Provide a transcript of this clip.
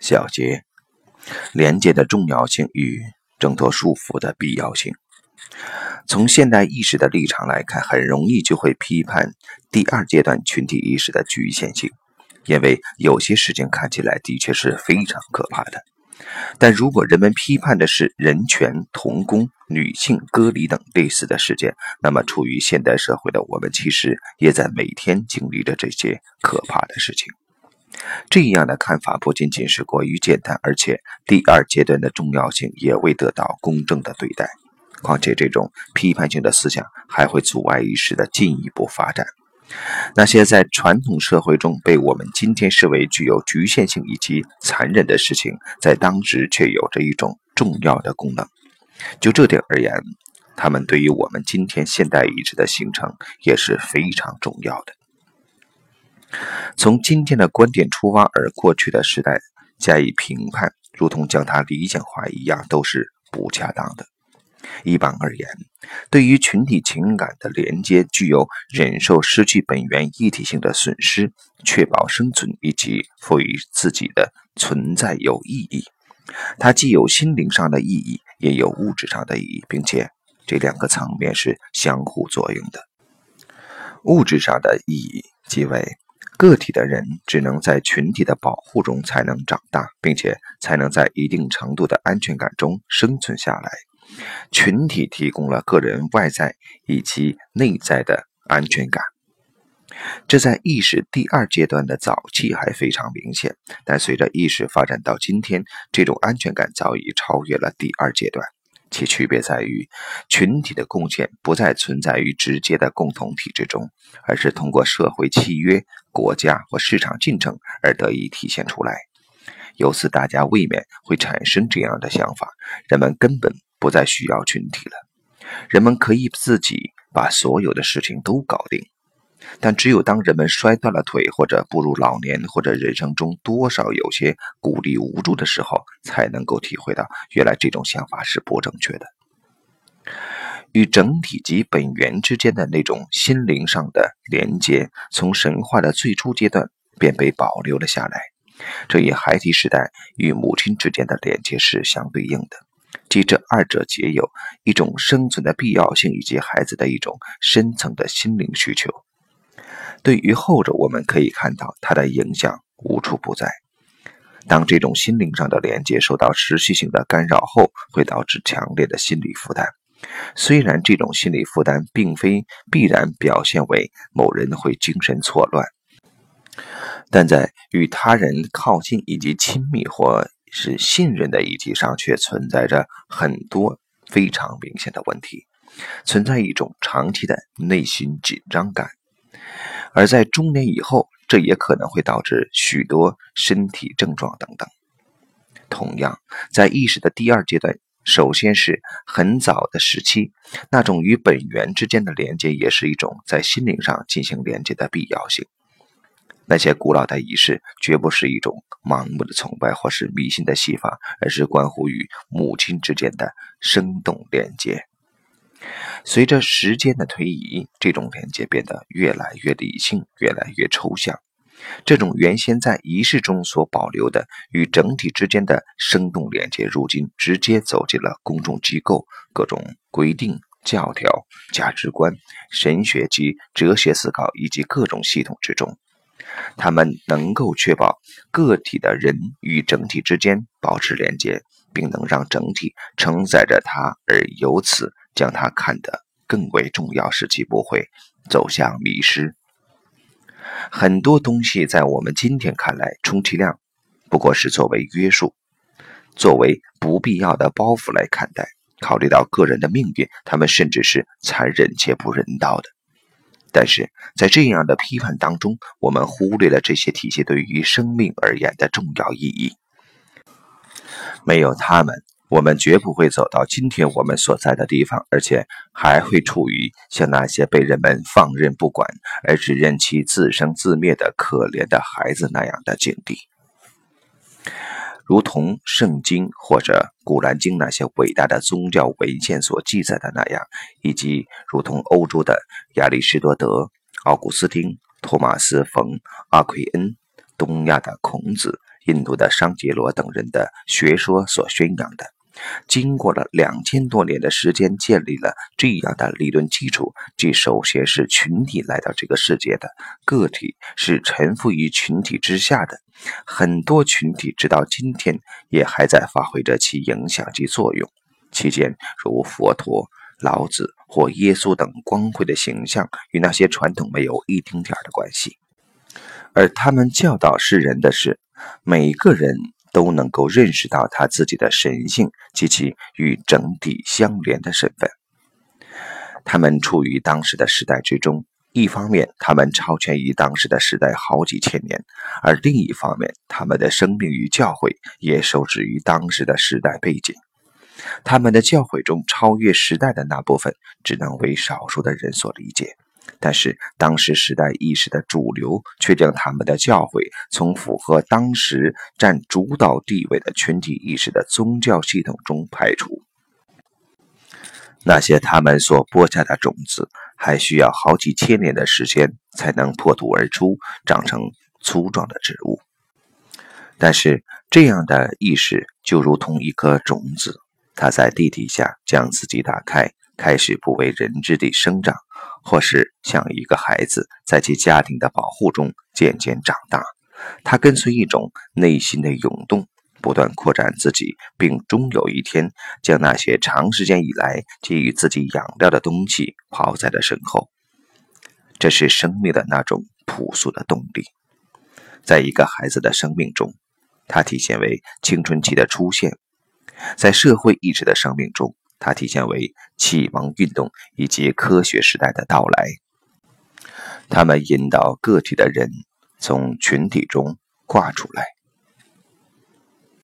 小节，连接的重要性与挣脱束缚的必要性。从现代意识的立场来看，很容易就会批判第二阶段群体意识的局限性，因为有些事情看起来的确是非常可怕的。但如果人们批判的是人权、童工、女性割礼等类似的事件，那么处于现代社会的我们其实也在每天经历着这些可怕的事情。这样的看法不仅仅是过于简单，而且第二阶段的重要性也未得到公正的对待。况且这种批判性的思想还会阻碍意识的进一步发展。那些在传统社会中被我们今天视为具有局限性以及残忍的事情，在当时却有着一种重要的功能。就这点而言，它们对于我们今天现代意识的形成也是非常重要的。从今天的观点出发而过去的时代加以评判，如同将它理想化一样，都是不恰当的。一般而言，对于群体情感的连接具有忍受失去本源一体性的损失，确保生存以及赋予自己的存在有意义。它既有心灵上的意义，也有物质上的意义，并且这两个层面是相互作用的。物质上的意义即为个体的人只能在群体的保护中才能长大，并且才能在一定程度的安全感中生存下来。群体提供了个人外在以及内在的安全感，这在意识第二阶段的早期还非常明显，但随着意识发展到今天，这种安全感早已超越了第二阶段。其区别在于，群体的贡献不再存在于直接的共同体之中，而是通过社会契约、国家或市场进程而得以体现出来。由此大家未免会产生这样的想法：人们根本不再需要群体了，人们可以自己把所有的事情都搞定。但只有当人们摔断了腿，或者步入老年，或者人生中多少有些孤立无助的时候，才能够体会到原来这种想法是不正确的。与整体及本源之间的那种心灵上的连接，从神话的最初阶段便被保留了下来。这与孩提时代与母亲之间的连接是相对应的，即这二者皆有一种生存的必要性以及孩子的一种深层的心灵需求。对于后者，我们可以看到它的影响无处不在。当这种心灵上的连接受到持续性的干扰后，会导致强烈的心理负担。虽然这种心理负担并非必然表现为某人会精神错乱，但在与他人靠近以及亲密或是信任的议题上，却存在着很多非常明显的问题，存在一种长期的内心紧张感。而在中年以后，这也可能会导致许多身体症状等等。同样，在意识的第二阶段，首先是很早的时期，那种与本源之间的连接也是一种在心灵上进行连接的必要性。那些古老的仪式绝不是一种盲目的崇拜或是迷信的戏法，而是关乎与母亲之间的生动连接。随着时间的推移，这种连接变得越来越理性，越来越抽象。这种原先在仪式中所保留的与整体之间的生动连接，如今直接走进了公众机构、各种规定、教条、价值观、神学及哲学思考以及各种系统之中。它们能够确保个体的人与整体之间保持连接，并能让整体承载着它，而由此将它看得更为重要，使其不会走向迷失。很多东西在我们今天看来，充其量不过是作为约束，作为不必要的包袱来看待。考虑到个人的命运，他们甚至是残忍且不人道的。但是在这样的批判当中，我们忽略了这些体系对于生命而言的重要意义。没有它们，我们绝不会走到今天我们所在的地方，而且还会处于像那些被人们放任不管而只任其自生自灭的可怜的孩子那样的境地。如同圣经或者古兰经那些伟大的宗教文献所记载的那样，以及如同欧洲的亚里士多德、奥古斯丁、托马斯·冯·阿奎恩、东亚的孔子印度的商杰罗等人的学说所宣扬的。经过了2000多年的时间，建立了这样的理论基础，即首先是群体来到这个世界的，个体是臣服于群体之下的。很多群体直到今天也还在发挥着其影响及作用，其间如佛陀、老子或耶稣等光辉的形象与那些传统没有一丁点的关系，而他们教导世人的是每个人都能够认识到他自己的神性及其与整体相连的身份。他们处于当时的时代之中，一方面他们超前于当时的时代好几千年，而另一方面他们的生命与教诲也受制于当时的时代背景。他们的教诲中超越时代的那部分只能为少数的人所理解，但是当时时代意识的主流却将他们的教诲从符合当时占主导地位的群体意识的宗教系统中排除。那些他们所播下的种子还需要好几千年的时间才能破土而出，长成粗壮的植物。但是这样的意识就如同一颗种子，它在地底下将自己打开，开始不为人知地生长，或是像一个孩子在其家庭的保护中渐渐长大。它跟随一种内心的涌动，不断扩展自己，并终有一天将那些长时间以来给予自己养料的东西抛在了身后。这是生命的那种朴素的动力。在一个孩子的生命中，它体现为青春期的出现；在社会意识的生命中，它体现为启蒙运动以及科学时代的到来。它们引导个体的人从群体中跨出来。